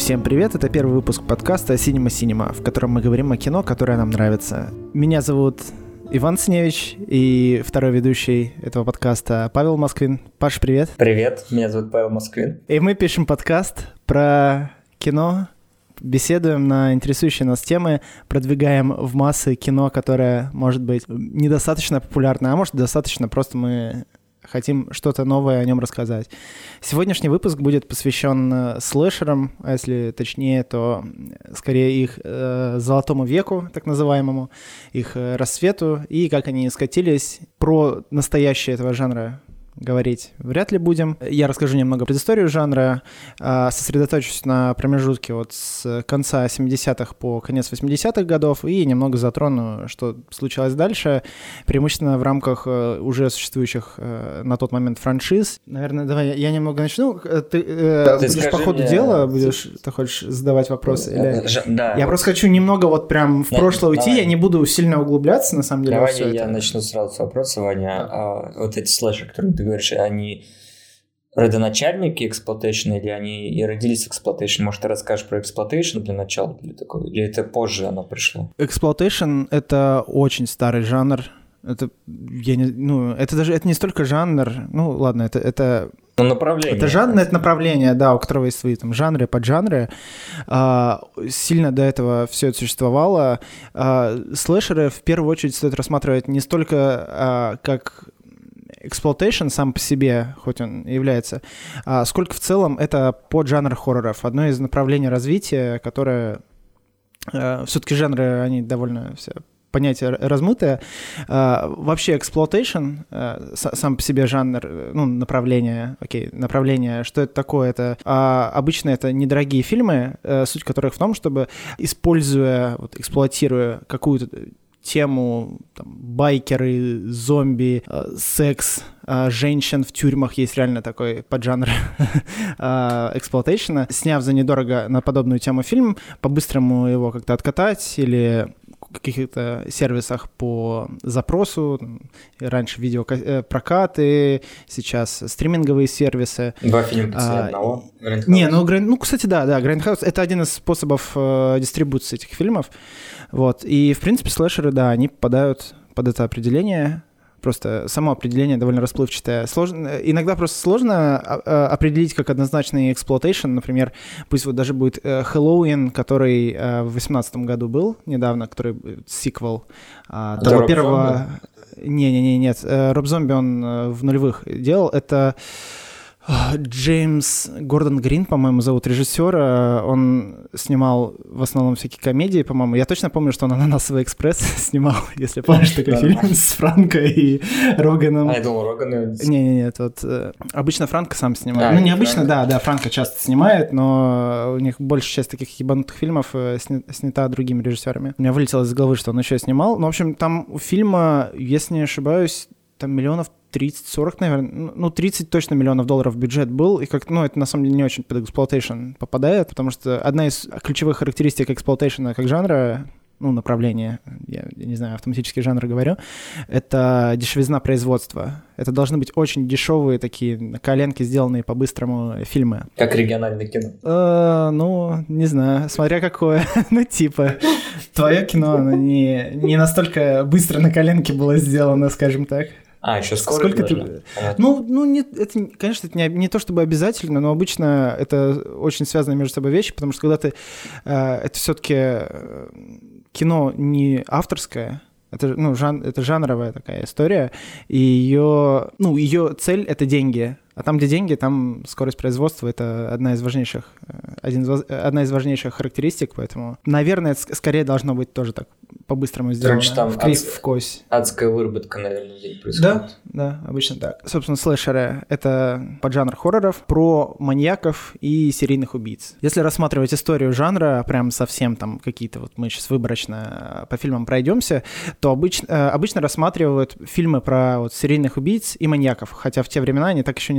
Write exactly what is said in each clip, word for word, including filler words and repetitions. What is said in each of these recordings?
Всем привет, это первый выпуск подкаста Cinema Cinema, в котором мы говорим о кино, которое нам нравится. Меня зовут Иван Синевич, и второй ведущий этого подкаста Павел Москвин. Паш, привет. Привет, меня зовут Павел Москвин. И мы пишем подкаст про кино, беседуем на интересующие нас темы, продвигаем в массы кино, которое, может быть, недостаточно популярно, а может, достаточно просто мы хотим что-то новое о нем рассказать. Сегодняшний выпуск будет посвящен слэшерам, а если точнее, то скорее их э, золотому веку, так называемому, их э, расцвету, и как они скатились. Про настоящее этого жанра говорить вряд ли будем. Я расскажу немного предысторию жанра, сосредоточусь на промежутке вот с конца семидесятых по конец восьмидесятых годов и немного затрону, что случилось дальше, преимущественно в рамках уже существующих на тот момент франшиз. Наверное, давай я немного начну. Ты, ты будешь по ходу мне... дела, будешь, ты хочешь задавать вопросы? Или... Ж... Да, я вот... просто хочу немного вот прям в да, прошлое уйти, давай. Я не буду сильно углубляться, на самом деле. Давай я, это. я начну сразу с вопроса, Ваня. А, вот эти слэшеры, которые ты говоришь, они родоначальники эксплуатейшн или они и родились эксплуатейшн? Может, ты расскажешь про эксплуатейшн для начала? Или, такое, или это позже оно пришло? Эксплуатейшн — это очень старый жанр. Это, я не, ну, это даже это не столько жанр, ну ладно, это... это... Ну, направление. Это жанр, это направление, да, у которого есть свои там жанры, поджанры. А, сильно до этого все это существовало. А, слэшеры в первую очередь стоит рассматривать не столько а, как эксплуатейшн сам по себе, хоть он и является, а сколько в целом это поджанр хорроров. Одно из направлений развития, которое... А, все-таки жанры, они довольно все... понятие размытое. А, вообще, эксплуатейшн, а, сам по себе жанр, ну, направление, окей, направление, что это такое? Это а, обычно это недорогие фильмы, а, суть которых в том, чтобы, используя, вот, эксплуатируя какую-то тему, там, байкеры, зомби, а, секс, а, женщин в тюрьмах, есть реально такой поджанр эксплуатейшна, сняв за недорого на подобную тему фильм, по-быстрому его как-то откатать или в каких-то сервисах по запросу, раньше видеопрокаты, сейчас стриминговые сервисы. Два фильма по цене одного. Не, ну, ну, кстати, да, да, Grindhouse — это один из способов э, дистрибуции этих фильмов, вот, и, в принципе, слэшеры, да, они попадают под это определение. Просто само определение довольно расплывчатое. Сложно, иногда просто сложно определить как однозначный эксплуатейшн. Например, пусть вот даже будет Хэллоуин, который в две тысячи восемнадцатом году был недавно, который сиквел того Роб первого... Не-не-не, нет. Роб Зомби он в нулевых делал. Это... Джеймс Гордон Грин, по-моему, зовут режиссера. Он снимал в основном всякие комедии, по-моему. Я точно помню, что он «Ананасовый экспресс» снимал, если помнишь такой фильм с Франко и Роганом. А, я думал, Роган... Не-не-не, вот обычно Франко сам снимает. Ну, не обычно, да, да, Франко часто снимает, но у них большая часть таких ебанутых фильмов снята другими режиссерами. У меня вылетело из головы, что он еще снимал. Ну, в общем, там у фильма, если не ошибаюсь, там миллионов тридцать-сорок, наверное, ну, тридцать точно миллионов долларов бюджет был, и как, ну, это на самом деле не очень под эксплуатейшн попадает, потому что одна из ключевых характеристик эксплуатейшна как жанра, ну, направление, я, я не знаю, автоматически жанр говорю, это дешевизна производства. Это должны быть очень дешевые такие на коленке сделанные по-быстрому фильмы. Как региональное кино? Э, ну, не знаю, смотря какое. Ну, типа, твое кино, оно не, не настолько быстро на коленке было сделано, скажем так. А, еще скорость Сколько ты... Ну, ну нет, это, конечно, это не, не то чтобы обязательно, но обычно это очень связаны между собой вещи, потому что когда ты... Э, это все-таки э, кино не авторское, это, ну, жан, это жанровая такая история, и ее, ну, ее цель — это деньги. А там, где деньги, там скорость производства — это одна из важнейших, один из, одна из важнейших характеристик, поэтому, наверное, это скорее должно быть тоже так по-быстрому сделано. Короче, там в кривь, адс... в кось. Адская выработка, наверное, здесь происходит. Да, да, обычно так. Собственно, слэшеры — это поджанр хорроров про маньяков и серийных убийц. Если рассматривать историю жанра, прям совсем там какие-то, вот мы сейчас выборочно по фильмам пройдемся, то обычно, обычно рассматривают фильмы про вот серийных убийц и маньяков, хотя в те времена они так еще не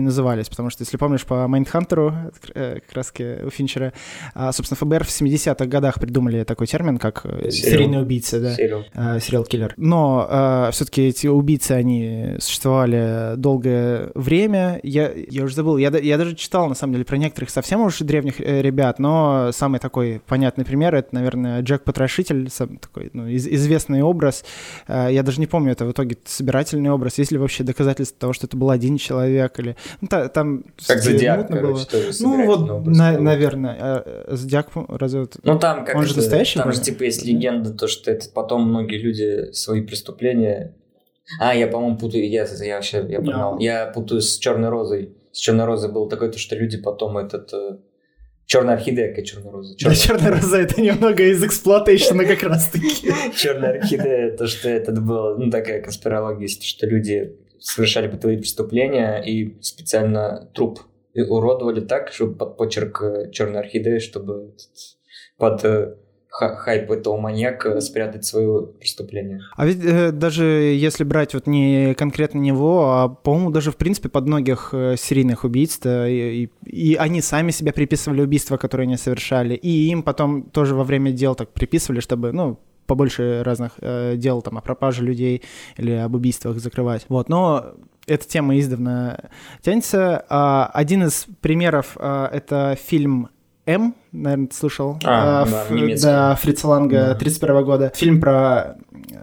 назывались, потому что, если помнишь, по Майндхантеру, как раз у Финчера, собственно, эф бэ эр в семидесятых годах придумали такой термин, как Serial. серийный убийца, да, сериал-киллер. Но э, все-таки эти убийцы, они существовали долгое время. Я, я уже забыл, я, я даже читал, на самом деле, про некоторых совсем уж древних ребят, но самый такой понятный пример — это, наверное, Джек Потрошитель, сам такой, ну, из, известный образ. Э, я даже не помню, это в итоге собирательный образ. Есть ли вообще доказательства того, что это был один человек? Или... Ну, та, там как Зодиак, короче, тоже ну, вот, на, наверное. А Зодиак, разве вот... Ну, там как он это, же настоящий? Там же, типа, есть легенда, то, что это потом многие люди свои преступления... А, я, по-моему, путаю... Я, я вообще... Я понял. Yeah. Я путаю с Черной Розой. С Черной Розой было такое, то, что люди потом этот... Черная орхидея, какая черная роза? Черная... Да, черная роза — это немного из эксплуатейшена как раз-таки. Черная орхидея, то, что это было, ну, такая конспирология, что люди совершали бытовые преступления и специально труп уродовали так, чтобы под почерк черной орхидеи, чтобы под хайп этого маньяка спрятать свое преступление. А ведь э, даже если брать вот не конкретно него, а, по-моему, даже в принципе под многих э, серийных убийц, да, и, и, и они сами себя приписывали убийства, которые они совершали, и им потом тоже во время дел так приписывали, чтобы, ну, побольше разных э, дел там о пропаже людей или об убийствах закрывать. Вот, но эта тема издавна тянется. А, один из примеров а, — это фильм «М», наверное, ты слышал, а, а, да, ф, да, Фрица Ланга, тридцать первого года. Фильм про,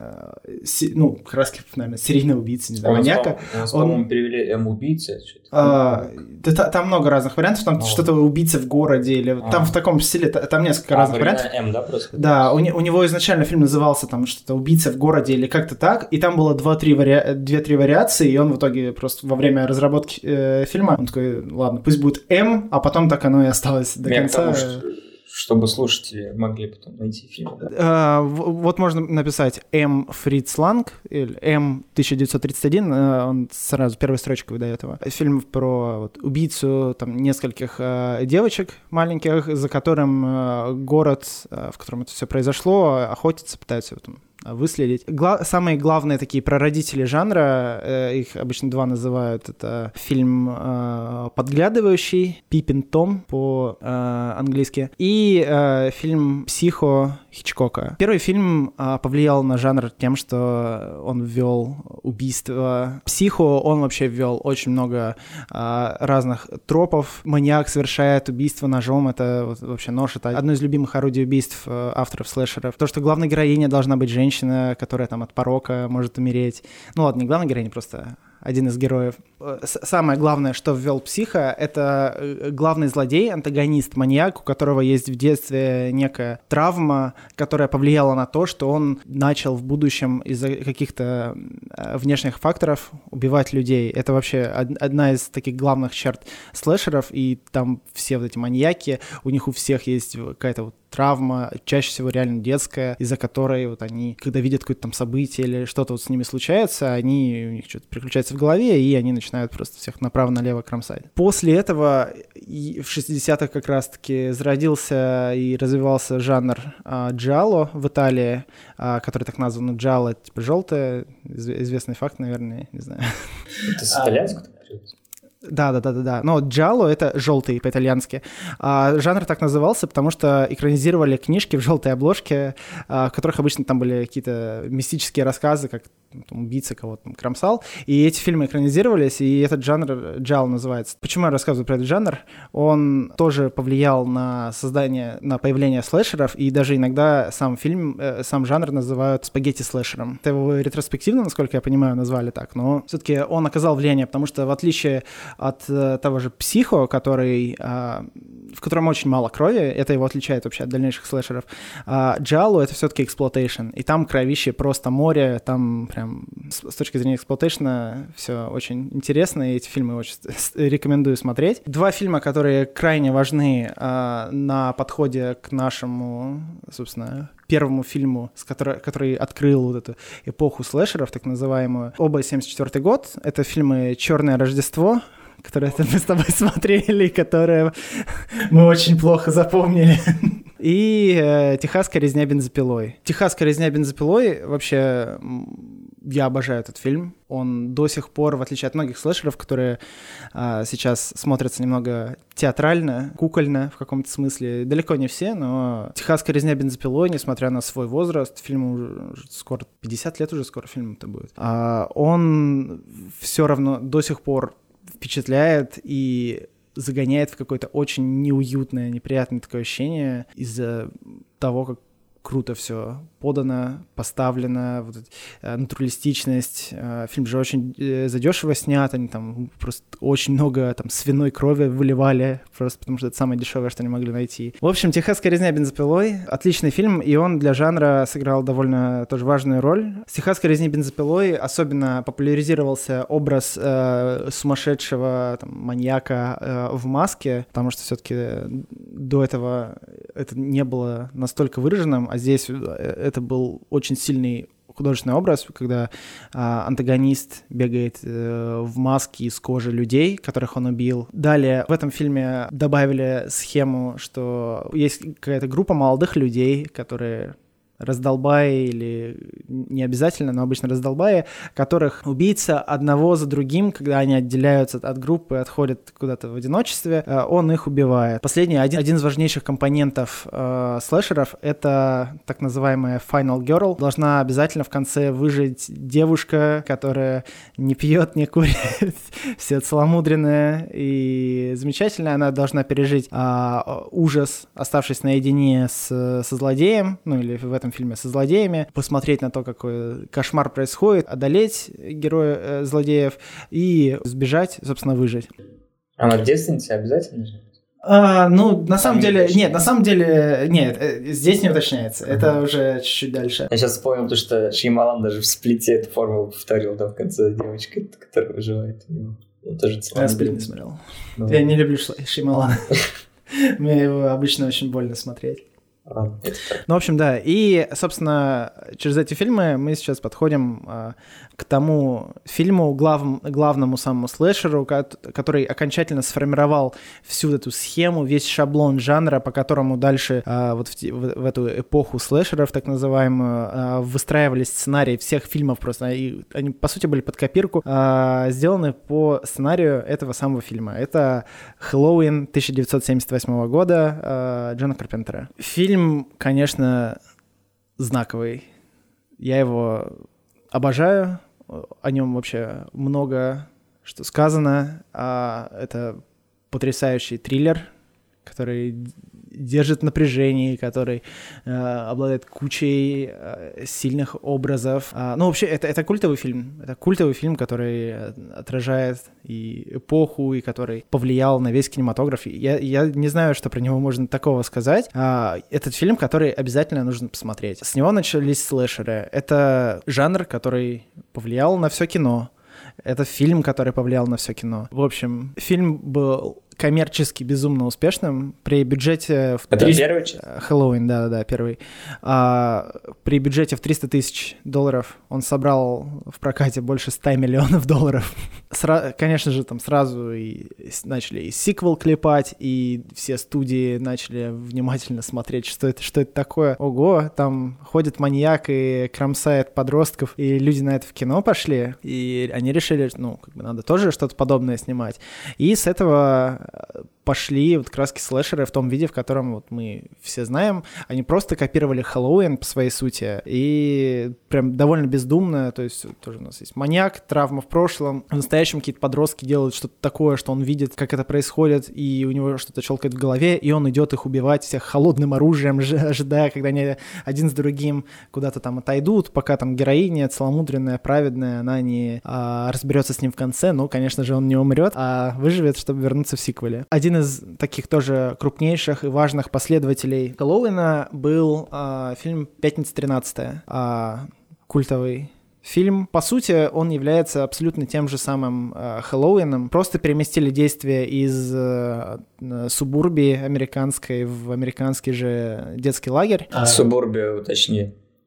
си, ну, как раз, наверное, серийного убийцы, не знаю, маньяка. Он, по-моему, перевели «М-убийца». А, да, там много разных вариантов, там а. что-то убийца в городе, или а. там в таком стиле, там несколько а, разных вариантов. М, да, просто? Да, у, у него изначально фильм назывался там что-то «Убийца в городе» или как-то так, и там было два-три вари... две-три вариации, и он в итоге просто во время разработки э, фильма, он такой, ладно, пусть будет «М», а потом так оно и осталось до Я конца. Потому, что... Чтобы слушатели могли потом найти фильм. Да? А, вот можно написать «М. Фриц Ланг» или «М. тысяча девятьсот тридцать один», он сразу первой строчкой выдает его. Фильм про вот, убийцу там, нескольких а, девочек маленьких, за которым а, город, а, в котором это все произошло, охотится, пытаются там выследить. Гла- самые главные такие прародители жанра, э, их обычно два называют, это фильм э, «Подглядывающий», «Пиппин Том» по-английски, э, и э, фильм «Психо» Хичкока. Первый фильм э, повлиял на жанр тем, что он ввел убийство. «Психо» он вообще ввел очень много э, разных тропов. Маньяк совершает убийство ножом, это вот, вообще нож, это одно из любимых орудий убийств э, авторов слэшеров. То, что главная героиня должна быть женщина, которая там от порока может умереть. Ну ладно, не главная героиня, просто один из героев. Самое главное, что ввел «Психо», это главный злодей, антагонист, маньяк, у которого есть в детстве некая травма, которая повлияла на то, что он начал в будущем из-за каких-то внешних факторов убивать людей. Это вообще одна из таких главных черт слэшеров, и там все вот эти маньяки, у них у всех есть какая-то вот травма, чаще всего реально детская, из-за которой вот они, когда видят какое-то там событие или что-то вот с ними случается, они, у них что-то переключается в голове, и они начинают просто всех направо-налево кромсать. После этого в шестидесятых как раз-таки зародился и развивался жанр а, джалло в Италии, а, который так назван джалло, типа желтое, известный факт, наверное, не знаю. Это с итальянского? Да, да, да, да, да. Но джалло — это желтый по-итальянски. А, жанр так назывался, потому что экранизировали книжки в желтой обложке, а, в которых обычно там были какие-то мистические рассказы, как там, убийца кого-то там кромсал. И эти фильмы экранизировались, и этот жанр джалло называется. Почему я рассказываю про этот жанр? Он тоже повлиял на создание, на появление слэшеров, и даже иногда сам фильм, э, сам жанр называют спагетти-слэшером. Это его ретроспективно, насколько я понимаю, назвали так, но все-таки он оказал влияние, потому что в отличие от э, того же «Психо», который, э, в котором очень мало крови, это его отличает вообще от дальнейших слэшеров, э, джалло — это все-таки эксплуатейшн, и там кровище просто море, там прям с, с точки зрения эксплуатейшна все очень интересно, и эти фильмы очень рекомендую смотреть. Два фильма, которые крайне важны э, на подходе к нашему, собственно, первому фильму, с который, который открыл вот эту эпоху слэшеров, так называемую. Оба семьдесят четвёртый год. Это фильмы «Черное Рождество», которые мы с тобой смотрели, которые мы очень плохо запомнили. И э, «Техасская резня бензопилой». «Техасская резня бензопилой» вообще Я обожаю этот фильм. Он до сих пор, в отличие от многих слэшеров, которые а, сейчас смотрятся немного театрально, кукольно в каком-то смысле, далеко не все, но «Техасская резня бензопилой», несмотря на свой возраст, фильму уже скоро пятьдесят лет уже скоро фильм-то будет, а, он все равно до сих пор впечатляет и загоняет в какое-то очень неуютное, неприятное такое ощущение из-за того, как круто все подано, поставлено, вот, э, натуралистичность. Э, фильм же очень э, задешево снят, они там просто очень много там свиной крови выливали, просто потому что это самое дешевое, что они могли найти. В общем, «Техасская резня бензопилой» — отличный фильм, и он для жанра сыграл довольно тоже важную роль. С «Техасской резни бензопилой» особенно популяризировался образ э, сумасшедшего там, маньяка э, в маске, потому что все-таки до этого это не было настолько выраженным, а здесь это был очень сильный художественный образ, когда а, антагонист бегает э, в маске из кожи людей, которых он убил. Далее в этом фильме добавили схему, что есть какая-то группа молодых людей, которые раздолбаи или не обязательно, но обычно раздолбаи, которых убийца одного за другим, когда они отделяются от группы, отходят куда-то в одиночестве, он их убивает. Последний, один, один из важнейших компонентов э, слэшеров — это так называемая Final Girl. Должна обязательно в конце выжить девушка, которая не пьет, не курит, все целомудренная и замечательная. Она должна пережить э, ужас, оставшись наедине с, со злодеем, ну или в этом фильме со злодеями, посмотреть на то, какой кошмар происходит, одолеть героя э, злодеев и сбежать, собственно, выжить. Она девственница обязательно же? А, ну, на самом деле, нет, на самом деле, нет, здесь не уточняется, uh-huh. Это уже чуть-чуть дальше. Я сейчас вспомнил то, что Шьямалан даже в «Сплите» эту формулу повторил, да, в конце девочка, которая выживает. Он тоже Я «Сплит» не смотрел. Ну, я не люблю Шьямалана. Мне его обычно очень больно смотреть. А, ну, в общем, да. И, собственно, через эти фильмы мы сейчас подходим а, к тому фильму, глав, главному самому слэшеру, который окончательно сформировал всю эту схему, весь шаблон жанра, по которому дальше а, вот в, в, в эту эпоху слэшеров, так называемую, а, выстраивались сценарии всех фильмов просто. И они, по сути, были под копирку, а, сделаны по сценарию этого самого фильма. Это «Хэллоуин» тысяча девятьсот семьдесят восьмого года а, Джона Карпентера. Фильм Фильм, конечно, знаковый. Я его обожаю. О нем вообще много что сказано. А это потрясающий триллер, который держит в напряжении, который э, обладает кучей э, сильных образов. А, ну, вообще, это, это культовый фильм. Это культовый фильм, который отражает и эпоху, и который повлиял на весь кинематограф. Я, я не знаю, что про него можно такого сказать. А, этот фильм, который обязательно нужно посмотреть. С него начались слэшеры. Это жанр, который повлиял на все кино. Это фильм, который повлиял на все кино. В общем, фильм был коммерчески безумно успешным. При бюджете... В Это триста... первый часть? Хэллоуин, да-да-да, первый. А, при бюджете в триста тысяч долларов он собрал в прокате больше ста миллионов долларов. Сра... Конечно же, там сразу и начали и сиквел клепать, и все студии начали внимательно смотреть, что это, что это такое. Ого, там ходит маньяк и кромсает подростков, и люди на это в кино пошли, и они решили, ну, как бы надо тоже что-то подобное снимать. И с этого пошли вот краски слэшеры в том виде, в котором вот мы все знаем. Они просто копировали Хэллоуин по своей сути, и прям довольно бездумно, то есть тоже у нас есть маньяк, травма в прошлом, в настоящем какие-то подростки делают что-то такое, что он видит, как это происходит, и у него что-то щелкает в голове, и он идет их убивать всех холодным оружием, ожидая, когда они один с другим куда-то там отойдут, пока там героиня целомудренная, праведная, она не а, разберется с ним в конце, но, конечно же, он не умрет, а выживет, чтобы вернуться в сиквеле. Один из таких тоже крупнейших и важных последователей Хэллоуина был э, фильм «Пятница тринадцатая», э, культовый фильм. По сути, он является абсолютно тем же самым э, Хэллоуином. Просто переместили действие из э, субурбии американской в американский же детский лагерь. А... Субурбия, уточни.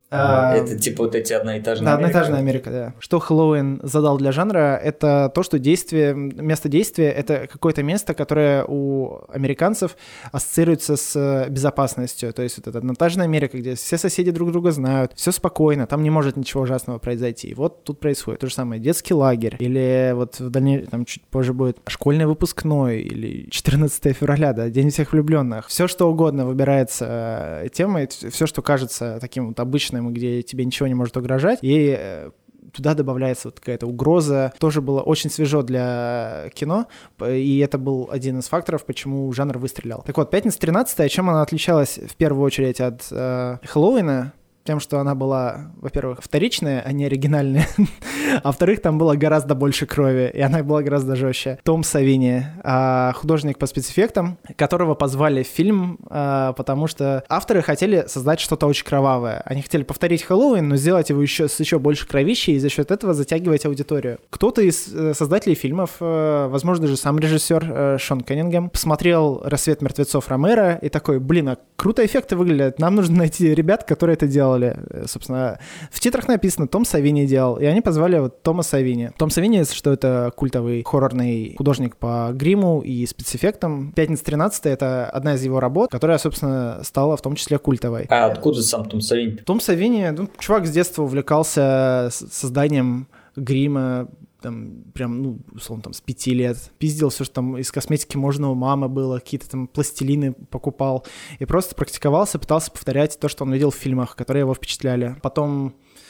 А, это типа вот эти одноэтажные Да, Америка. одноэтажная Америка, да. Что Хэллоуин задал для жанра, это то, что действие, место действия — это какое-то место, которое у американцев ассоциируется с безопасностью. То есть вот это одноэтажная Америка, где все соседи друг друга знают, все спокойно, там не может ничего ужасного произойти. И вот тут происходит то же самое. Детский лагерь, или вот в дальнейшем, там чуть позже будет школьный выпускной, или четырнадцатое февраля, да, День всех влюбленных. Все что угодно выбирается темой, все, что кажется таким вот обычным, где тебе ничего не может угрожать, и туда добавляется вот какая-то угроза. Тоже было очень свежо для кино, и это был один из факторов, почему жанр выстрелил. Так вот, «Пятница тринадцатое», чем она отличалась в первую очередь от э, Хэллоуина? Тем, что она была, во-первых, вторичная, а не оригинальная, а во-вторых, там было гораздо больше крови, и она была гораздо жестче. Том Савини, художник по спецэффектам, которого позвали в фильм, потому что авторы хотели создать что-то очень кровавое. Они хотели повторить Хэллоуин, но сделать его еще с еще больше кровищей и за счет этого затягивать аудиторию. Кто-то из создателей фильмов, возможно, даже сам режиссер Шон Каннингем, посмотрел «Рассвет мертвецов» Ромеро и такой: блин, а круто эффекты выглядят, нам нужно найти ребят, которые это делали. Собственно, в титрах написано «Том Савини делал», и они позвали вот Тома Савини. Том Савини, что это культовый хоррорный художник по гриму и спецэффектам. «Пятница тринадцатое» — это одна из его работ, которая, собственно, стала в том числе культовой. А откуда сам Том Савини? Том Савини, ну, чувак с детства увлекался созданием грима, там, прям, ну, условно, там, с пяти лет. Пиздил все, что там из косметики можно у мамы было, какие-то там пластилины покупал. И просто практиковался, пытался повторять то, что он видел в фильмах, которые его впечатляли. Потом...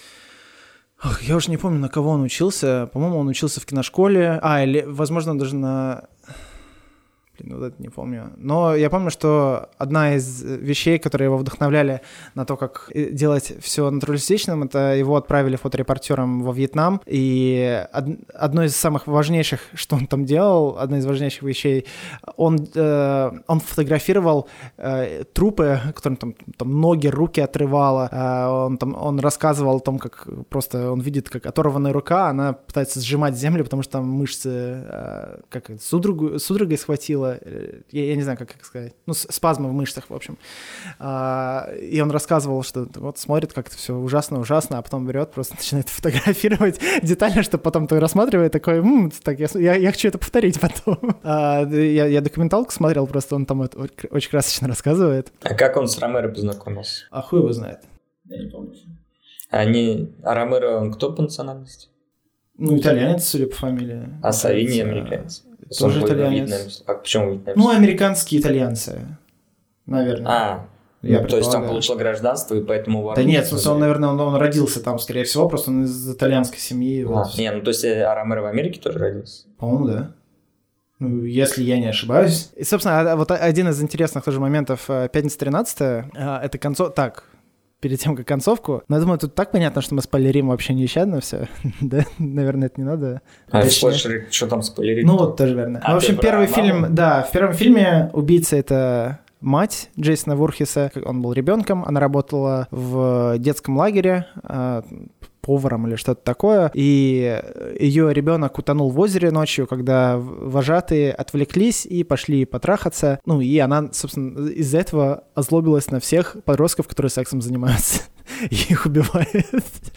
Ох, я уже не помню, на кого он учился. По-моему, он учился в киношколе. А, или, возможно, даже на... Блин, вот это не помню. Но я помню, что одна из вещей, которые его вдохновляли на то, как делать все натуралистичным, это его отправили фоторепортером во Вьетнам. И од- одно из самых важнейших, что он там делал, одна из важнейших вещей, он, э, он фотографировал э, трупы, которым там, там ноги, руки отрывало. Э, он, там, он рассказывал о том, как просто он видит, как оторванная рука, она пытается сжимать землю, потому что там мышцы э, как судорогу, судорогой схватило. Я, я не знаю, как это сказать. Ну, спазмы в мышцах, в общем. А, и он рассказывал, что вот смотрит, как это все ужасно-ужасно, а потом берет, просто начинает фотографировать детально, чтобы потом ты рассматривая такой: М, так, я, я, я хочу это повторить потом. А, я, я документалку смотрел, просто он там это очень красочно рассказывает. А как он с Ромеро познакомился? А хуй его знает. Я не помню. Они... А Ромеро, он кто по национальности? Ну, итальянец, судя по фамилии. А Савини американец. Тоже итальянец. А почему вьетнамец? Ну, американские итальянцы, наверное. А, я ну, то есть он получил гражданство, и поэтому... Да нет, в смысле, он, наверное, он, он родился там, скорее всего, просто он из итальянской семьи. А, вот. Не, ну то есть а Ромеро в Америке тоже родился? По-моему, да. Ну, если я не ошибаюсь. И, собственно, вот один из интересных тоже моментов «Пятница тринадцатое» — это концов... Так, перед тем, как концовку. Но я думаю, тут так понятно, что мы спойлерим вообще нещадно все. Да, наверное, это не надо. А слушай, что там спойлерить? Ну вот, тоже верно. А, ну, в общем, первый фильм... Маму? Да, в первом фильме убийца — это мать Джейсона Вурхиса. Он был ребенком, она работала в детском лагере поваром или что-то такое, и ее ребенок утонул в озере ночью, когда вожатые отвлеклись и пошли потрахаться. Ну, и она, собственно, из-за этого озлобилась на всех подростков, которые сексом занимаются, и их убивает.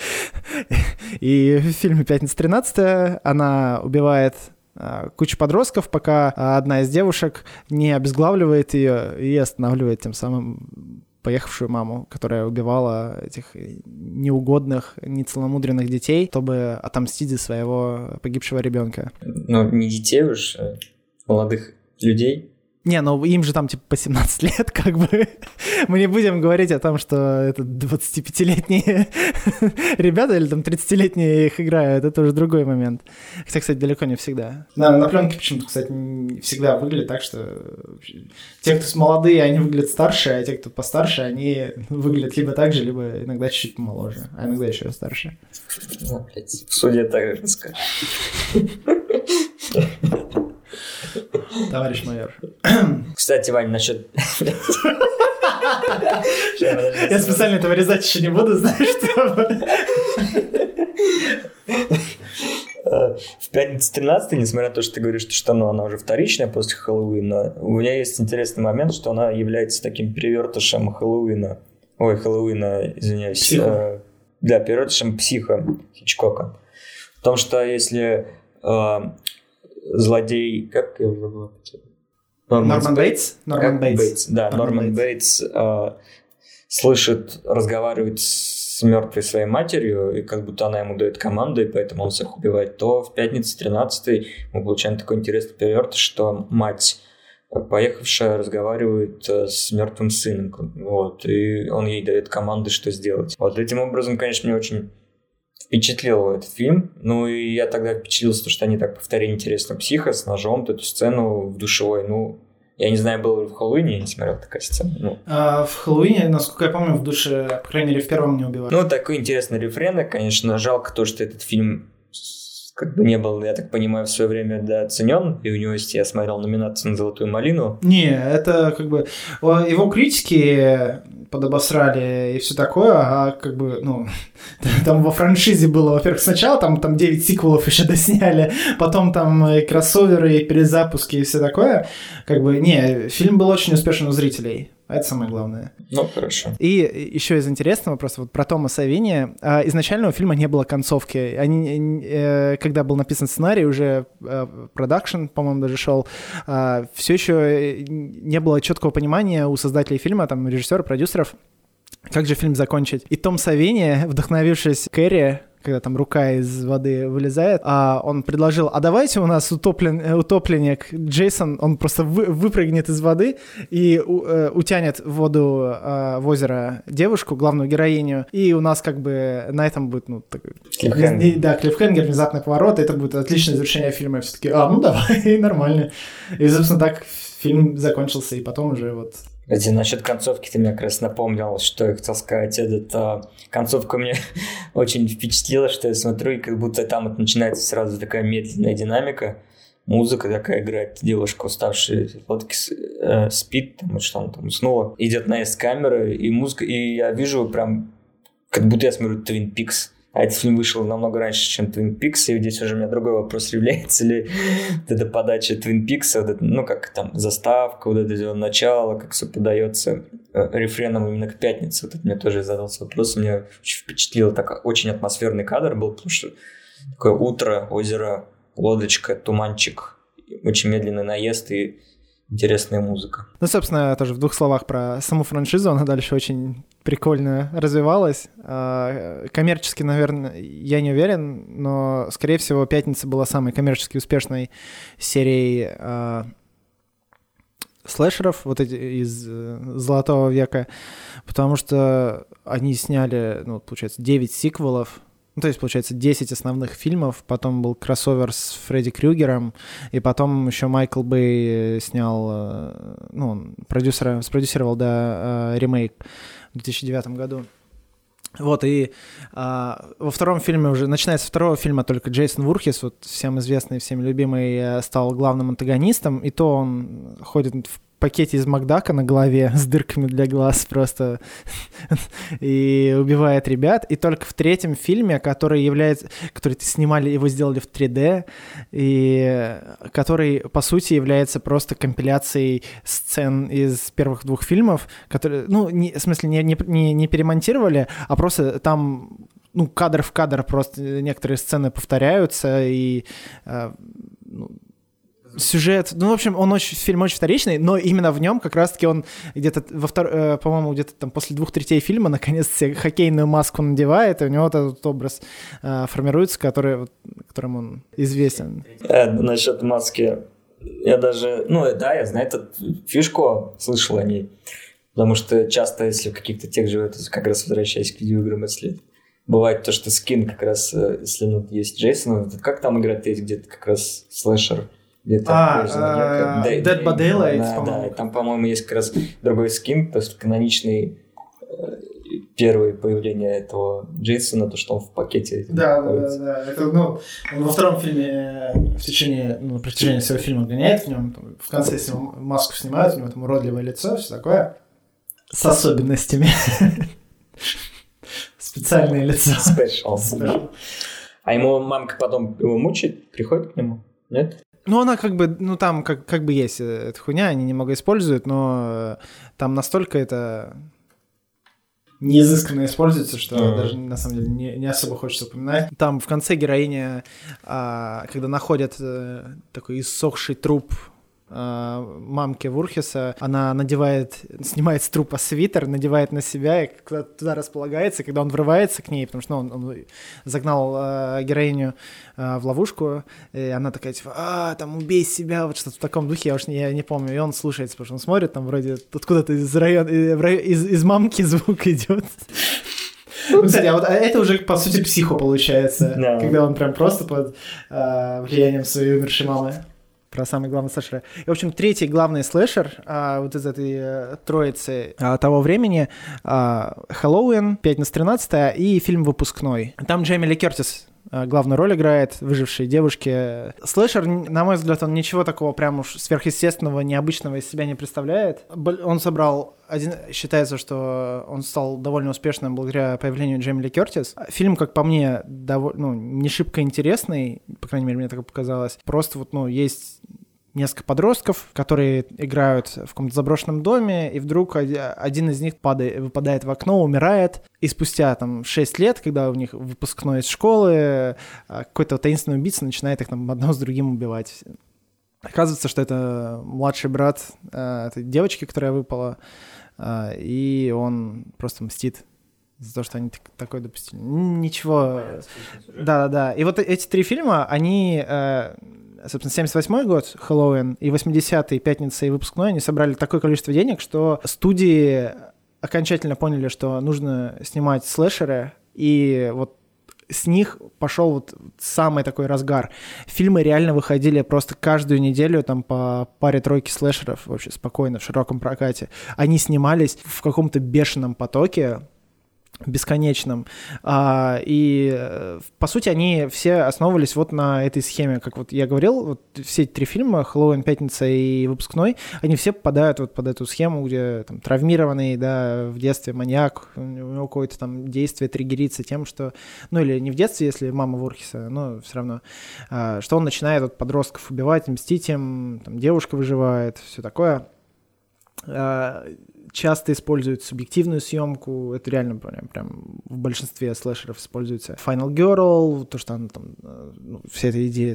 И в фильме «Пятница тринадцатое» она убивает кучу подростков, пока одна из девушек не обезглавливает ее и останавливает тем самым поехавшую маму, которая убивала этих неугодных, нецеломудренных детей, чтобы отомстить за своего погибшего ребенка. Ну, не детей уж, а молодых людей. Не, ну им же там типа по семнадцать лет, как бы. Мы не будем говорить о том, что это двадцатипятилетние ребята или там тридцатилетние их играют, это уже другой момент. Хотя, кстати, далеко не всегда. Да, на пленке почему-то, кстати, всегда выглядит так, что те, кто молодые, они выглядят старше, а те, кто постарше, они выглядят либо так же, либо иногда чуть-чуть помоложе, а иногда еще старше. Ну, блядь, в суде так же расскажешь. Товарищ майор. Кстати, Вань, насчет... Я специально это вырезать еще не буду, знаешь, что... В «Пятницу тринадцатое», несмотря на то, что ты говоришь, что ну, она уже вторичная после Хэллоуина, у меня есть интересный момент, что она является таким перевертышем Хэллоуина Ой, Хэллоуина, извиняюсь. Психо. Да, переводчиком «Психо» Хичкока. В том, что если э, злодей... Как его забыл? Норман Бейтс? Норман Бейтс. Бейтс. Да, Норман Бейтс э, слышит, разговаривает с мертвой своей матерью, и как будто она ему дает команду, и поэтому он всех убивает, то в пятницу тринадцатой мы получаем такой интересный переверт, что мать поехавшая разговаривает с мертвым сыном, вот, и он ей дает команды, что сделать. Вот этим образом, конечно, мне очень впечатлил этот фильм. Ну и я тогда впечатлился, что они так повторили интересно «Психо» с ножом, эту сцену в душевой. Ну, я не знаю, было ли в «Хэллоуине», я не смотрел такая сцена. Ну. А в «Хэллоуине», насколько я помню, в душе, по крайней мере, в первом не убивали. Ну, такой интересный рефрен, конечно. Жалко то, что этот фильм как бы не был, я так понимаю, в свое время дооценен, и у него есть, я смотрел, номинацию на «Золотую малину». Не, это как бы... Его критики подобосрали и все такое, а как бы, ну... Там во франшизе было, во-первых, сначала там, там девять сиквелов еще досняли, потом там и кроссоверы, и перезапуски, и все такое. Как бы, не, фильм был очень успешен у зрителей. Это самое главное. Ну, хорошо. И еще из интересного, просто вот про Тома Савини. Изначально у фильма не было концовки. Они, когда был написан сценарий, уже продакшн, по-моему, даже шел, все еще не было четкого понимания у создателей фильма, там, режиссера, продюсеров, как же фильм закончить. И Том Савини, вдохновившись Кэрри, когда там рука из воды вылезает, а он предложил, а давайте у нас утоплен, утопленник Джейсон, он просто вы, выпрыгнет из воды и у, э, утянет в воду, э, в озеро девушку, главную героиню, и у нас как бы на этом будет, ну, такой... Клиффхенгер. Да, клиффхенгер, внезапный поворот, и это будет отличное завершение фильма, и все таки, а, ну давай, нормально. И, собственно, так фильм закончился, и потом уже вот... Кстати, насчет концовки ты мне как раз напомнил, что я хотел сказать. Эта концовка меня очень впечатлила, что я смотрю, и как будто там вот начинается сразу такая медленная динамика. Музыка такая играет, девушка, уставшая в лодке, э, спит, там, что она там уснула. Идет наезд камеры, и музыка, и я вижу прям, как будто я смотрю Twin Peaks. А этот фильм вышел намного раньше, чем Twin Peaks, и здесь уже у меня другой вопрос, является ли вот эта подача Twin Peaks, вот это, ну, как там заставка, вот это начало, как все подается рефреном именно к пятнице. Вот это мне тоже задался вопрос, меня очень впечатлило, так очень атмосферный кадр был, потому что такое утро, озеро, лодочка, туманчик, очень медленный наезд и интересная музыка. Ну, собственно, тоже в двух словах про саму франшизу, она дальше очень прикольно развивалась. Коммерчески, наверное, я не уверен, но, скорее всего, «Пятница» была самой коммерчески успешной серией слэшеров вот эти из «Золотого века», потому что они сняли, ну, получается, девять сиквелов. Ну, то есть, получается, десять основных фильмов, потом был кроссовер с Фредди Крюгером, и потом еще Майкл Бэй снял, ну, он продюсера, спродюсировал, да, ремейк в две тысячи девятом году. Вот, и а, во втором фильме уже, начиная с второго фильма, только Джейсон Вурхис, вот всем известный, всем любимый, стал главным антагонистом, и то он ходит в пакете из Макдака на голове с дырками для глаз просто и убивает ребят. И только в третьем фильме, который является, который снимали, его сделали в три дэ, и который, по сути, является просто компиляцией сцен из первых двух фильмов, которые, ну, не, в смысле, не, не, не перемонтировали, а просто там, ну, кадр в кадр просто некоторые сцены повторяются, и э, ну, сюжет, ну, в общем, он очень, фильм очень вторичный, но именно в нем как раз-таки он где-то, во втор, э, по-моему, где-то там после двух третей фильма наконец себе хоккейную маску надевает, и у него вот этот образ э, формируется, который, которым он известен. Э, насчет маски, я даже, ну, да, я знаю эту фишку, слышал о ней, потому что часто, если в каких-то тех же, как раз возвращаясь к видеоиграм, если бывает то, что скин как раз, если ну, есть Джейсон, как там играть есть где-то как раз слэшер, где-то а, Dead by Daylight, да, по-моему. Да, там, по-моему, есть как раз другой скин, то есть каноничный первое появление этого Джейсона, то, что он в пакете. Да, да, да, да. Это, ну, он во втором фильме в течение, ну, на протяжении всего фильма гоняет в нем, там, в конце, если маску снимают, у него там уродливое лицо, все такое. С особенностями. Специальное лицо. Спешл. А ему мамка потом его мучает, приходит к нему? Нет? Ну, она как бы, ну, там как, как бы есть эта хуйня, они немного используют, но там настолько это... не изысканно используется, что Mm. даже на самом деле не, не особо хочется упоминать. Там в конце героиня, а, когда находят а, такой иссохший труп а, мамки Вурхиса, она надевает, снимает с трупа свитер, надевает на себя и когда туда располагается, когда он врывается к ней, потому что ну, он, он загнал а, героиню а, в ловушку, и она такая типа, а, там, убей себя, вот что-то в таком духе, я уж не, я не помню, и он слушается, потому что он смотрит, там вроде откуда-то из района, из, из мамки звук идет. Ну, кстати, а вот это уже, по сути, психо получается, да. Когда он прям просто под э, влиянием своей умершей мамы. Про самый главный слэшер. И, в общем, третий главный слэшер а, вот из этой а, троицы а, того времени а, Хэллоуин, пятница тринадцатое и фильм «Выпускной». Там Джейми Ли Кертис а, главную роль играет, выжившей девушки. Слэшер, на мой взгляд, он ничего такого прям уж сверхъестественного, необычного из себя не представляет. Он собрал... Один, считается, что он стал довольно успешным благодаря появлению Джейми Ли Кертис. Фильм, как по мне, довольно, ну, не шибко интересный, по крайней мере, мне так показалось. Просто вот, ну, есть несколько подростков, которые играют в каком-то заброшенном доме, и вдруг один из них падает, выпадает в окно, умирает, и спустя там шесть лет, когда у них выпускной из школы, какой-то таинственный убийца начинает их там одного с другим убивать. Оказывается, что это младший брат э, этой девочки, которая выпала, э, и он просто мстит за то, что они так, такое допустили. Ничего. Да-да-да. И вот эти три фильма, они, э, собственно, семьдесят восьмой год, Хэллоуин, и восьмидесятый, Пятница и Выпускной, они собрали такое количество денег, что студии окончательно поняли, что нужно снимать слэшеры, и вот с них пошел вот самый такой разгар. Фильмы реально выходили просто каждую неделю там по паре-тройке слэшеров вообще спокойно в широком прокате. Они снимались в каком-то бешеном потоке, бесконечном. А, и, по сути, они все основывались вот на этой схеме. Как вот я говорил, вот все эти три фильма, «Хэллоуин», «Пятница» и «Выпускной», они все попадают вот под эту схему, где там травмированный, да, в детстве маньяк, у него какое-то там действие триггерится тем, что... Ну, или не в детстве, если мама Вурхиса, но все равно. А, что он начинает вот подростков убивать, мстить им, там девушка выживает, все такое. А, часто используют субъективную съемку, это реально прям, прям в большинстве слэшеров используется. Final Girl, то, что она там, ну, вся эта идея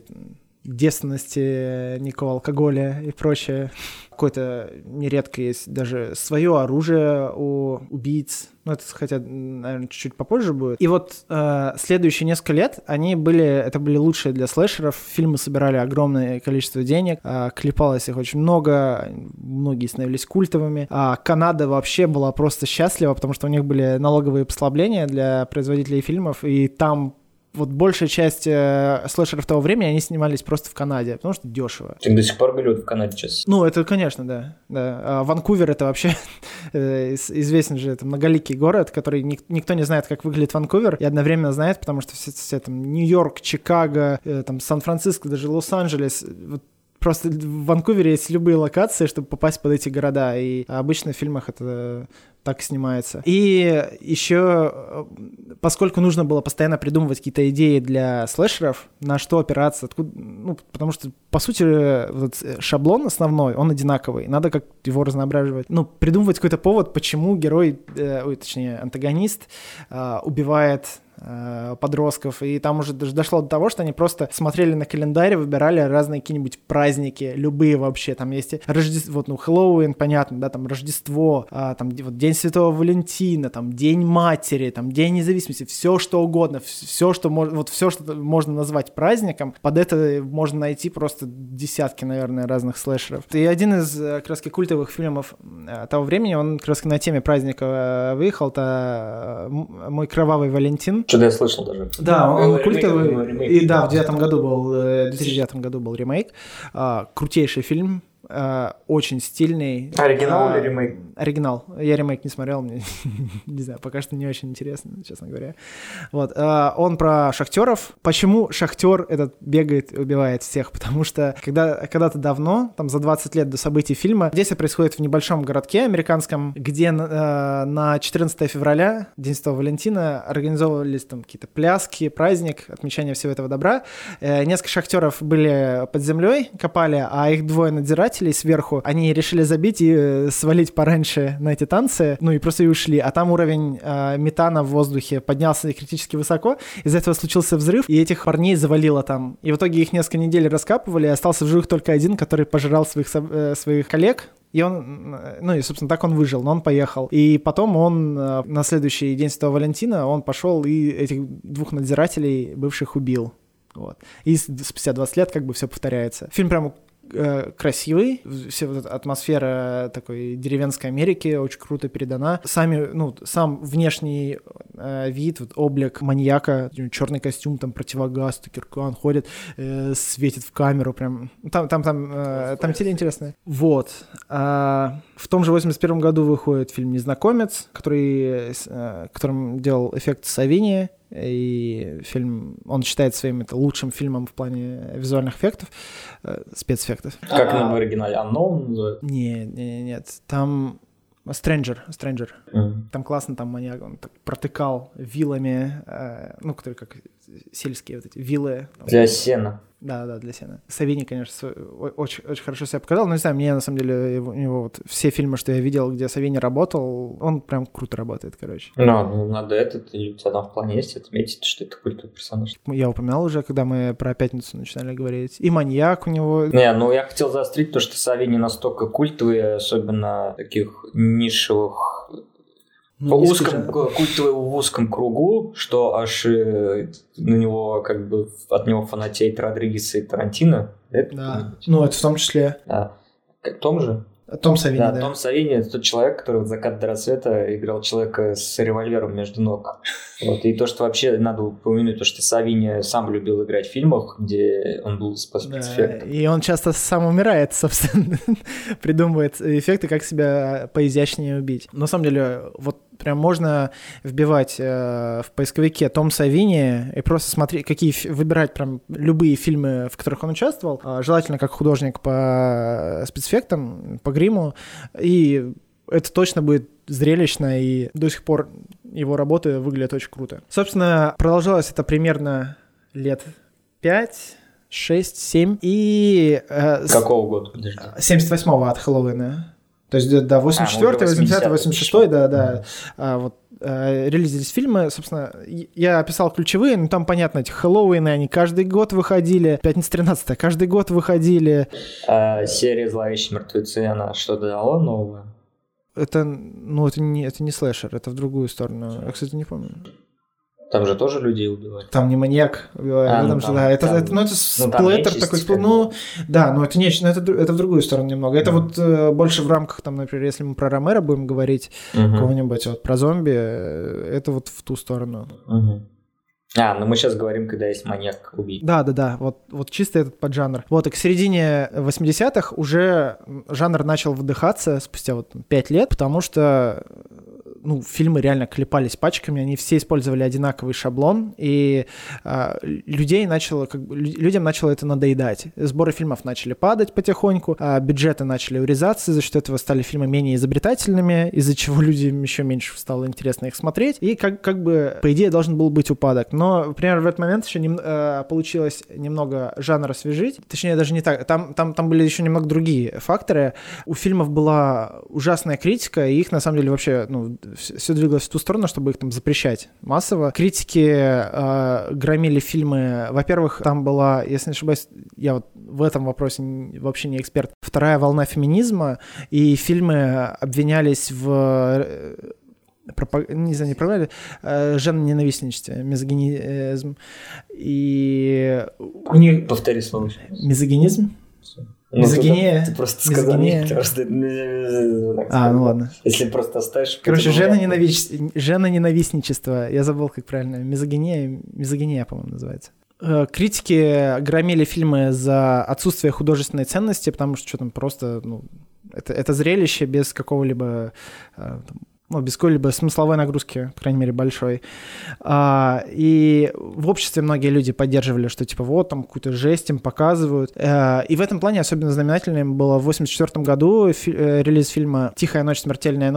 девственности, никакого алкоголя и прочее. Какое-то нередко есть даже свое оружие у убийц. Ну, это, хотя, наверное, чуть-чуть попозже будет. И вот э, следующие несколько лет они были, это были лучшие для слэшеров. Фильмы собирали огромное количество денег, э, клепалось их очень много, многие становились культовыми. А Канада вообще была просто счастлива, потому что у них были налоговые послабления для производителей фильмов, и там вот большая часть э, слэшеров того времени, они снимались просто в Канаде, потому что дешево. Так до сих пор говорят в Канаде сейчас. Ну, это, конечно, да. да. А Ванкувер — это вообще известен же, это многоликий город, который ник- никто не знает, как выглядит Ванкувер, и одновременно знает, потому что все, все там Нью-Йорк, Чикаго, э, там Сан-Франциско, даже Лос-Анджелес, вот просто в Ванкувере есть любые локации, чтобы попасть под эти города, и обычно в фильмах это так снимается. И еще, поскольку нужно было постоянно придумывать какие-то идеи для слэшеров, на что опираться, откуда, ну, потому что, по сути, вот шаблон основной, он одинаковый, надо как его разноображивать. Ну, придумывать какой-то повод, почему герой, э, ой, точнее, антагонист э, убивает подростков, и там уже даже дошло до того, что они просто смотрели на календарь, выбирали разные какие-нибудь праздники, любые вообще, там есть Рождество, вот, ну, Хэллоуин, понятно, да, там Рождество, а, там вот День Святого Валентина, там День Матери, там День Независимости, все что угодно, все, что можно, вот все, что можно назвать праздником, под это можно найти просто десятки, наверное, разных слэшеров. И один из, как раз, культовых фильмов того времени, он как раз на теме праздника выехал, это «Мой кровавый Валентин». Что-то я слышал даже. Да, он, он культовый. Ремейк, и да, в девятом году был, в две тысячи девятом году был ремейк. А, крутейший фильм. Uh, очень стильный. Оригинал uh, или ремейк? Оригинал. Я ремейк не смотрел, мне не знаю, пока что не очень интересно, честно говоря. Вот. Uh, он про шахтеров. Почему шахтер этот бегает и убивает всех? Потому что когда, когда-то давно, там за двадцать лет до событий фильма, действие происходит в небольшом городке американском, где uh, на четырнадцатое февраля, День Святого Валентина, организовывались там какие-то пляски, праздник, отмечание всего этого добра. Uh, несколько шахтеров были под землей, копали, а их двое надзирателей надзирателей сверху, они решили забить и свалить пораньше на эти танцы, ну и просто и ушли. А там уровень э, метана в воздухе поднялся критически высоко, из-за этого случился взрыв, и этих парней завалило там. И в итоге их несколько недель раскапывали, и остался в живых только один, который пожирал своих, э, своих коллег. И он, ну и, собственно, так он выжил, но он поехал. И потом он на следующий день Святого Валентина он пошел и этих двух надзирателей бывших убил. Вот. И спустя двадцать лет как бы все повторяется. Фильм прям э, красивый, вся вот эта атмосфера такой деревенской Америки очень круто передана. Сами, ну, сам внешний э, вид, вот, облик маньяка, черный костюм, там противогаз, киркан ходит, э, светит в камеру, прям. Там, там, там, э, там теле интересное. Вот. А в том же восемьдесят первом году выходит фильм «Незнакомец», который, э, которым делал эффект Савини. И фильм, он считает своим это лучшим фильмом в плане визуальных эффектов, э, спецэффектов. Как а, в оригинале? Unknown называется? Нет, нет, нет. Там Stranger, Stranger. Mm. Там классно, там маньяк, он так протыкал вилами, э, ну, которые как сельские вот эти вилы. Там, для сена. Да, да, для сена. Савини, конечно, очень, очень хорошо себя показал, но не знаю, мне на самом деле его, у него вот все фильмы, что я видел, где Савини работал, он прям круто работает, короче. Ну, ну надо этот, или у тебя там в плане есть отметить, что это культовый персонаж. Я упоминал уже, когда мы про «Пятницу» начинали говорить. И «Маньяк» у него... Не, ну я хотел заострить то, что Савини настолько культовый, особенно таких нишевых... Ну, в узком, культовый в узком кругу, что аж э, на него, как бы, от него фанатеет Родригес и Тарантино. Это, да, ну это в том числе. Да. Том же? Том Савини, да. Да, Том Савини – это тот человек, который в «Закат до рассвета» играл человека с револьвером между ног. Вот. И то, что вообще надо упомянуть, то, что Савини сам любил играть в фильмах, где он был по спецэффектам. Да, и он часто сам умирает, собственно, придумывает эффекты, как себя поизящнее убить. На самом деле, вот прям можно вбивать э, в поисковике Том Савини и просто смотреть, какие выбирать прям любые фильмы, в которых он участвовал, э, желательно как художник по спецэффектам, по гриму, и это точно будет зрелищно, и до сих пор его работы выглядят очень круто. Собственно, продолжалось это примерно лет пять, шесть, семь, и... Э, Какого года? Подожди. семьдесят восьмого от Хэллоуина. То есть до восемьдесят четвёртого, восемьдесят пятого, восемьдесят шестого, да, да. Mm-hmm. А, вот, а, релизились фильмы, собственно, я описал ключевые, но там, понятно, эти Хэллоуины, они каждый год выходили, «Пятница тринадцатое» каждый год выходили. А, серия «Зловещие мертвецы», она что-то дала новое? Это, ну, это не, это не слэшер, это в другую сторону. Я, кстати, не помню. Там же тоже людей убивают. Там не маньяк убивает. А, ну, там, там, да, это, там, это, ну, это ну, сплэттер такой. Как... Ну, да, но это не, но это, это в другую сторону немного. Это mm. вот э, больше в рамках, там, например, если мы про Ромеро будем говорить, mm-hmm. кого-нибудь вот про зомби, это вот в ту сторону. Mm-hmm. А, ну мы сейчас говорим, когда есть маньяк-убийца. Да, да, да, вот, вот чисто этот поджанр. Вот, и к середине восьмидесятых уже жанр начал выдыхаться спустя вот пять лет, потому что ну, фильмы реально клепались пачками, они все использовали одинаковый шаблон, и а, людей начало, как бы, людям начало это надоедать. Сборы фильмов начали падать потихоньку, а бюджеты начали урезаться, за счет этого стали фильмы менее изобретательными, из-за чего людям еще меньше стало интересно их смотреть, и как, как бы, по идее, должен был быть упадок. Но, например, в этот момент еще нем, э, получилось немного жанр освежить, точнее, даже не так, там, там, там были еще немного другие факторы. У фильмов была ужасная критика, и их, на самом деле, вообще, ну, все двигалось в ту сторону, чтобы их там запрещать массово. Критики э, громили фильмы. Во-первых, там была, если не ошибаюсь, я вот в этом вопросе вообще не эксперт, вторая волна феминизма, и фильмы обвинялись в... Пропаг... не знаю, не проверяли, э, женоненавистничестве, мизогинизм. И у них... Повтори слово. Мизогинизм? Ну, мизогиния. Ты, ты просто сказал, нет, просто... А, ну ладно. Если просто оставишь... Короче, женоненавис... женоненавистничество. Я забыл, как правильно. Мизогиния, мизогиния, по-моему, называется. Критики громили фильмы за отсутствие художественной ценности, потому что что там просто... Ну, это, это зрелище без какого-либо... Ну, без какой-либо смысловой нагрузки, по крайней мере, большой. А, и в обществе многие люди поддерживали, что типа вот там какую-то жесть им показывают. А, и в этом плане особенно знаменательным было в восемьдесят четвёртом году фи- релиз фильма «Тихая ночь, смертельная ночь»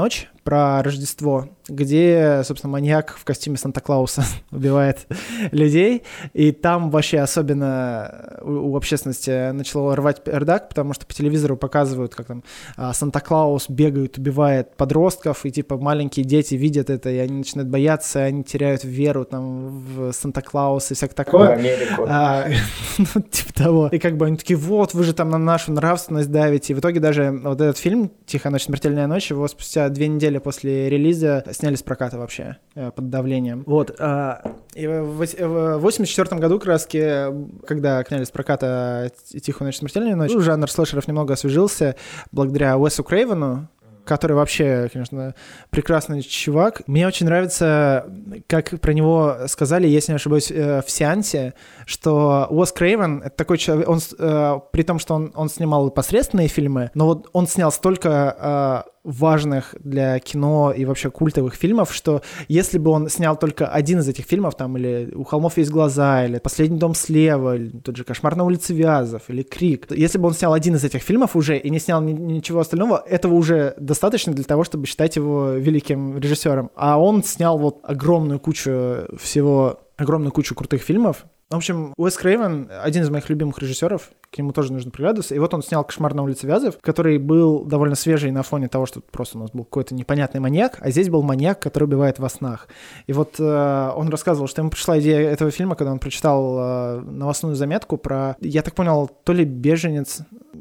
про Рождество, где, собственно, маньяк в костюме Санта-Клауса убивает людей, и там вообще особенно у, у общественности начало рвать пердак, потому что по телевизору показывают, как там а, Санта-Клаус бегает, убивает подростков, и типа маленькие дети видят это, и они начинают бояться, они теряют веру там в Санта-Клауса и всякое такое. В Америку. А, ну, типа того. И как бы они такие, вот, вы же там на нашу нравственность давите. И в итоге даже вот этот фильм «Тихая ночь, смертельная ночь», его спустя две недели после релиза сняли с проката вообще под давлением. Вот. И в восемьдесят четвёртом году, как раз, когда сняли с проката «Тихую ночь, смертельную ночь», жанр слэшеров немного освежился благодаря Уэсу Крейвену, который вообще, конечно, прекрасный чувак. Мне очень нравится, как про него сказали, если не ошибаюсь, в «Сеансе», что Уэс Крейвен — это такой человек, он, при том, что он, он снимал посредственные фильмы, но вот он снял столько важных для кино и вообще культовых фильмов, что если бы он снял только один из этих фильмов, там, или «У холмов есть глаза», или «Последний дом слева», или тот же «Кошмар на улице Вязов», или «Крик», если бы он снял один из этих фильмов уже и не снял ни- ничего остального, этого уже достаточно для того, чтобы считать его великим режиссером. А он снял вот огромную кучу всего, огромную кучу крутых фильмов. В общем, Уэс Крейвен — один из моих любимых режиссеров, к нему тоже нужно приглядываться. И вот он снял «Кошмар на улице Вязов», который был довольно свежий на фоне того, что просто у нас был какой-то непонятный маньяк, а здесь был маньяк, который убивает во снах. И вот э, он рассказывал, что ему пришла идея этого фильма, когда он прочитал э, новостную заметку про, я так понял, то ли беженец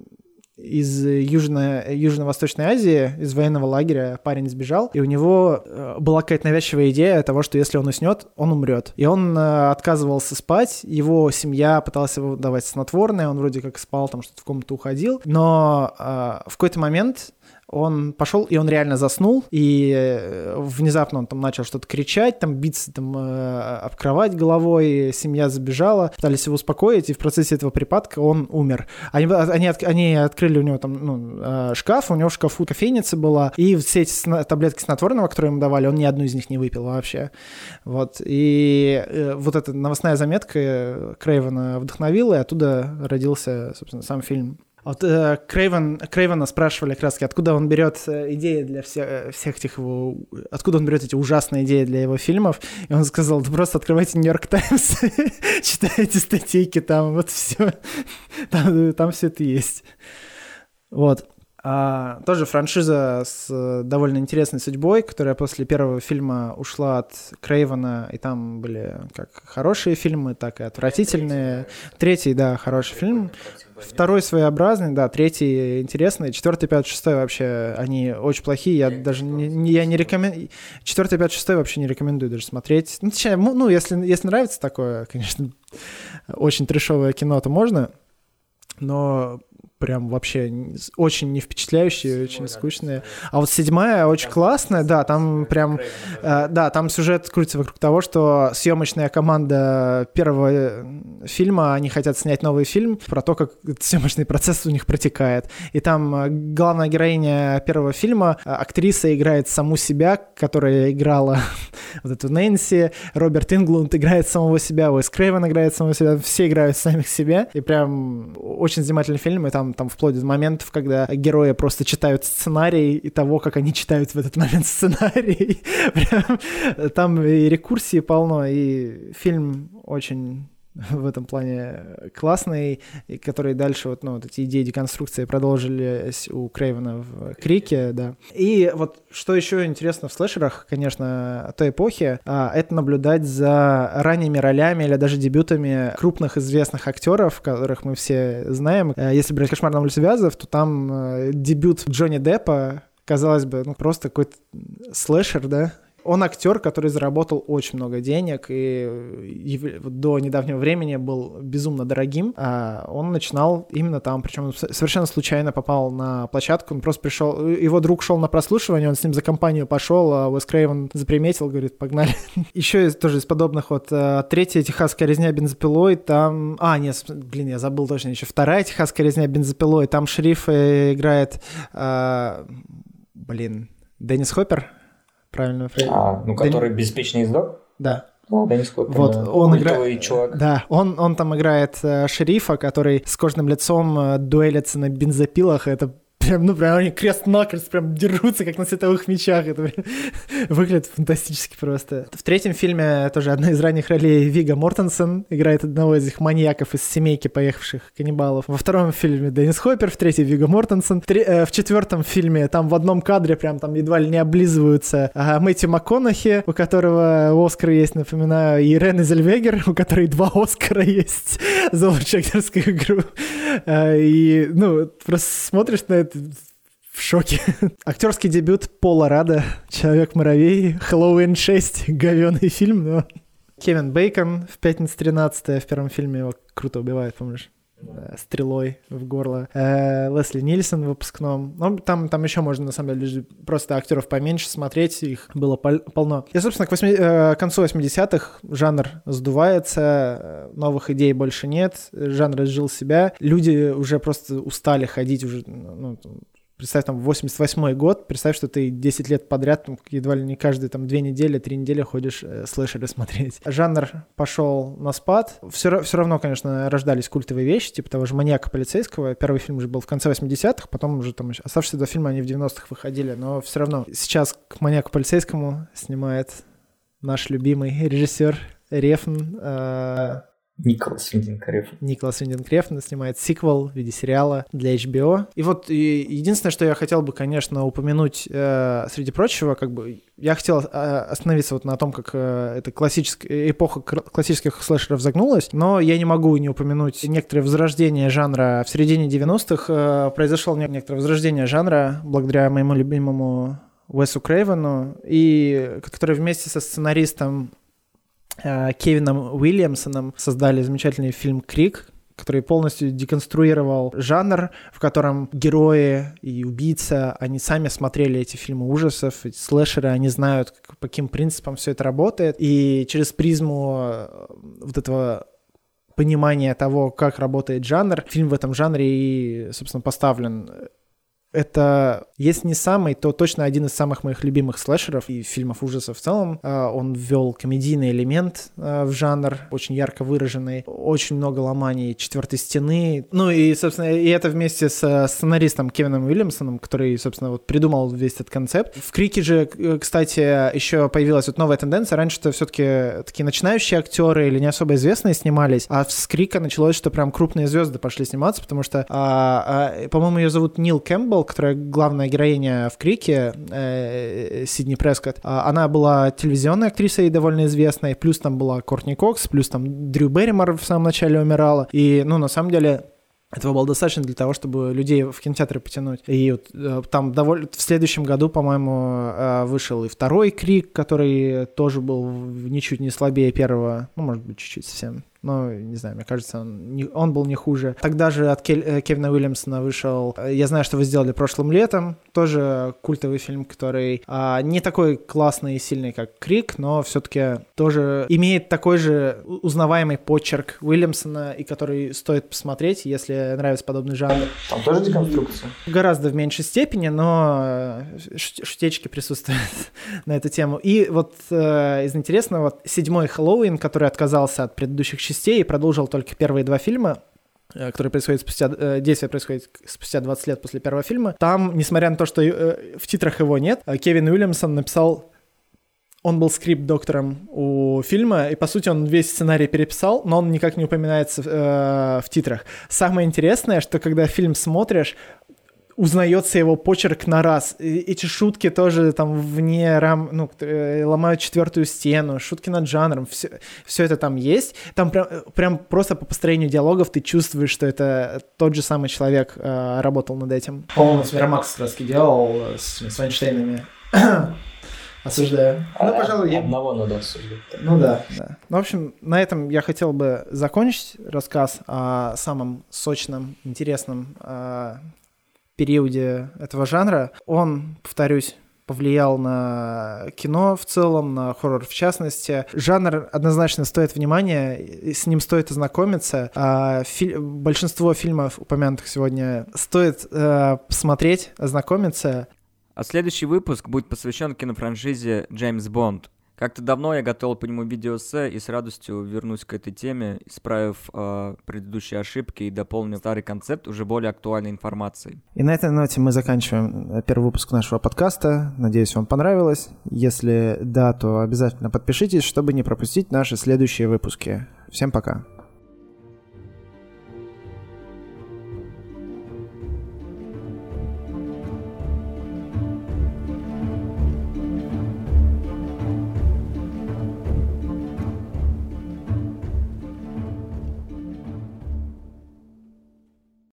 из Южно- Южно-Восточной Азии, из военного лагеря парень сбежал, и у него была какая-то навязчивая идея того, что если он уснет, он умрет. И он отказывался спать, его семья пыталась его давать снотворное, он вроде как спал, там что-то в комнату уходил, но э, в какой-то момент он пошел, и он реально заснул, и внезапно он там начал что-то кричать, там биться там, э, об кровать головой, семья забежала, пытались его успокоить, и в процессе этого припадка он умер. Они, они, они открыли у него там ну, э, шкаф, у него в шкафу кофейница была, и все эти сна- таблетки снотворного, которые ему давали, он ни одну из них не выпил вообще. Вот. И э, вот эта новостная заметка Крейвена вдохновила, и оттуда родился, собственно, сам фильм. Вот э, Крейвен, Крейвена спрашивали как раз, откуда он берет идеи для всех, всех этих его... Откуда он берет эти ужасные идеи для его фильмов. И он сказал, да просто открывайте «Нью-Йорк Таймс», читайте статейки, там вот все. Там, там все это есть. Вот. А, тоже франшиза с довольно интересной судьбой, которая после первого фильма ушла от Крейвена, и там были как хорошие фильмы, так и отвратительные. Третий, да, хороший фильм. Второй своеобразный, да, третий интересный, четвертый, пятый, шестой вообще, они очень плохие, я даже не, не, я не рекомендую, четвертый, пятый, шестой вообще не рекомендую даже смотреть. Ну, точнее, ну, если, если нравится такое, конечно, очень трэшовое кино, то можно, но прям вообще очень не впечатляющие, очень скучные. А вот седьмая очень классная, да, там прям, э, да, там сюжет крутится вокруг того, что съемочная команда первого фильма, они хотят снять новый фильм про то, как съемочный процесс у них протекает. И там главная героиня первого фильма, актриса, играет саму себя, которая играла вот эту Нэнси, Роберт Инглунд играет самого себя, Уэс Крейвен играет самого себя, все играют самих себя. И прям очень занимательный фильм, и там Там вплоть до моментов, когда герои просто читают сценарий и того, как они читают в этот момент сценарий. Прям, там и рекурсии полно, и фильм очень в этом плане классный, и который дальше вот, ну, вот эти идеи деконструкции продолжились у Крейвена в «Крике», да. И вот что еще интересно в слэшерах, конечно, той эпохи, это наблюдать за ранними ролями или даже дебютами крупных известных актеров, которых мы все знаем. Если брать «Кошмар на улице Вязов», то там дебют Джонни Деппа, казалось бы, ну просто какой-то слэшер, да. Он актер, который заработал очень много денег и, и до недавнего времени был безумно дорогим. А он начинал именно там, причем совершенно случайно попал на площадку. Он просто пришел, его друг шел на прослушивание, он с ним за компанию пошел, а Уэс Крейвен заприметил, говорит, погнали. Еще тоже из подобных вот третья техасская резня бензопилой, там... А, нет, блин, я забыл точно, еще вторая техасская резня бензопилой, там шериф играет... А, блин, Деннис Хоппер. Правильно, а, ну, который Дэн... «Беспечный ездок»? Да. Ну, Деннис Хоппер, вот, да. Он играет, чувак. Да, он, он там играет э, шерифа, который с кожным лицом э, дуэлится на бензопилах. Это Прям, ну, прям они крест-накрест прям дерутся, как на световых мечах. Это прям выглядит фантастически просто. В третьем фильме тоже одна из ранних ролей Вигго Мортенсен играет одного из их маньяков из семейки поехавших каннибалов. Во втором фильме Деннис Хоппер, в третьем Вигго Мортенсен. Три, э, в четвертом фильме там в одном кадре прям там едва ли не облизываются а, Мэтью МакКонахи, у которого Оскар есть, напоминаю, и Рене Зельвегер, у которой два Оскара есть за лучшую актерскую игру. А, и, ну, просто смотришь на это в шоке. Актерский дебют Пола Радда, Человек-муравей, Хэллоуин шесть, говёный фильм, но... Кевин Бейкон в «Пятница тринадцатая» в первом фильме его круто убивает, помнишь? Стрелой в горло. Э, Лесли Нильсон в выпускном. Ну, там, там еще можно, на самом деле, просто актеров поменьше смотреть, их было пол- полно. И, собственно, к, восьми, э, к концу восьмидесятых жанр сдувается, новых идей больше нет, жанр изжил себя, люди уже просто устали ходить уже, ну, представь, там, восемьдесят восьмой год, представь, что ты десять лет подряд, там, едва ли не каждые, там, две недели, три недели ходишь э, слэшеры смотреть. Жанр пошел на спад. Все, все равно, конечно, рождались культовые вещи, типа того же «Маньяка полицейского». Первый фильм же был в конце восьмидесятых, потом уже там оставшиеся два фильма, они в девяностых выходили, но все равно сейчас к «Маньяку полицейскому» снимает наш любимый режиссер Рефн, э- Николас Виндинг Рефн. Николас Виндинг Рефн снимает сиквел в виде сериала для эйч би о. И вот и единственное, что я хотел бы, конечно, упомянуть, э, среди прочего, как бы я хотел э, остановиться вот на том, как э, эта классическая эпоха классических слэшеров загнулась, но я не могу не упомянуть некоторое возрождение жанра. В середине девяностых э, произошло некоторое возрождение жанра благодаря моему любимому Уэсу Крейвену, и который вместе со сценаристом Кевином Уильямсоном создали замечательный фильм «Крик», который полностью деконструировал жанр, в котором герои и убийца, они сами смотрели эти фильмы ужасов, эти слэшеры, они знают, по каким принципам все это работает, и через призму вот этого понимания того, как работает жанр, фильм в этом жанре и, собственно, поставлен. Это, если не самый, то точно один из самых моих любимых слэшеров и фильмов ужасов в целом. Он ввел комедийный элемент в жанр, очень ярко выраженный, очень много ломаний четвертой стены. Ну и, собственно, и это вместе с сценаристом Кевином Уильямсоном, который, собственно, вот придумал весь этот концепт. В «Крике» же, кстати, еще появилась вот новая тенденция. Раньше-то все-таки такие начинающие актеры или не особо известные снимались, а с «Крика» началось, что прям крупные звезды пошли сниматься, потому что, а, а, по-моему, ее зовут Нил Кэмпбелл, которая главная героиня в «Крике», э, Сидни Прескотт, она была телевизионной актрисой довольно известной, плюс там была Кортни Кокс, плюс там Дрю Берримор в самом начале умирала, и, ну, на самом деле, этого было достаточно для того, чтобы людей в кинотеатры потянуть. И вот, э, там довольно... в следующем году, по-моему, э, вышел и второй «Крик», который тоже был ничуть не слабее первого, ну, может быть, чуть-чуть совсем. Но, не знаю, мне кажется, он, не, он был не хуже. Тогда же от Кель, Кевина Уильямсона вышел «Я знаю, что вы сделали прошлым летом». Тоже культовый фильм, который а, не такой классный и сильный, как «Крик», но все-таки тоже имеет такой же узнаваемый почерк Уильямсона, и который стоит посмотреть, если нравится подобный жанр. Там тоже деконструкция? Гораздо в меньшей степени, но шутечки присутствуют на эту тему. И вот э, из интересного, вот седьмой «Хэллоуин», который отказался от предыдущих частей и продолжил только первые два фильма, которые происходят спустя... Действие происходит спустя двадцать лет после первого фильма. Там, несмотря на то, что в титрах его нет, Кевин Уильямсон написал... Он был скрипт-доктором у фильма, и, по сути, он весь сценарий переписал, но он никак не упоминается э, в титрах. Самое интересное, что когда фильм смотришь, узнается его почерк на раз. И эти шутки тоже там вне рам... Ну, ломают четвертую стену, шутки над жанром. Все, все это там есть. Там прям, прям просто по построению диалогов ты чувствуешь, что это тот же самый человек э, работал над этим. По-моему, с Мирамакс как раз делал с, с Вайнштейнами. Осуждаю. А, ну, пожалуй, я... Одного надо осуждать. Ну да, да. Ну, в общем, на этом я хотел бы закончить рассказ о самом сочном, интересном э, периоде этого жанра. Он, повторюсь, повлиял на кино в целом, на хоррор в частности. Жанр однозначно стоит внимания, с ним стоит ознакомиться. А фи- большинство фильмов, упомянутых сегодня, стоит э, посмотреть, ознакомиться. А следующий выпуск будет посвящен кинофраншизе «Джеймс Бонд». Как-то давно я готовил по нему видеоэссе и с радостью вернусь к этой теме, исправив э, предыдущие ошибки и дополнив старый концепт уже более актуальной информацией. И на этой ноте мы заканчиваем первый выпуск нашего подкаста. Надеюсь, вам понравилось. Если да, то обязательно подпишитесь, чтобы не пропустить наши следующие выпуски. Всем пока.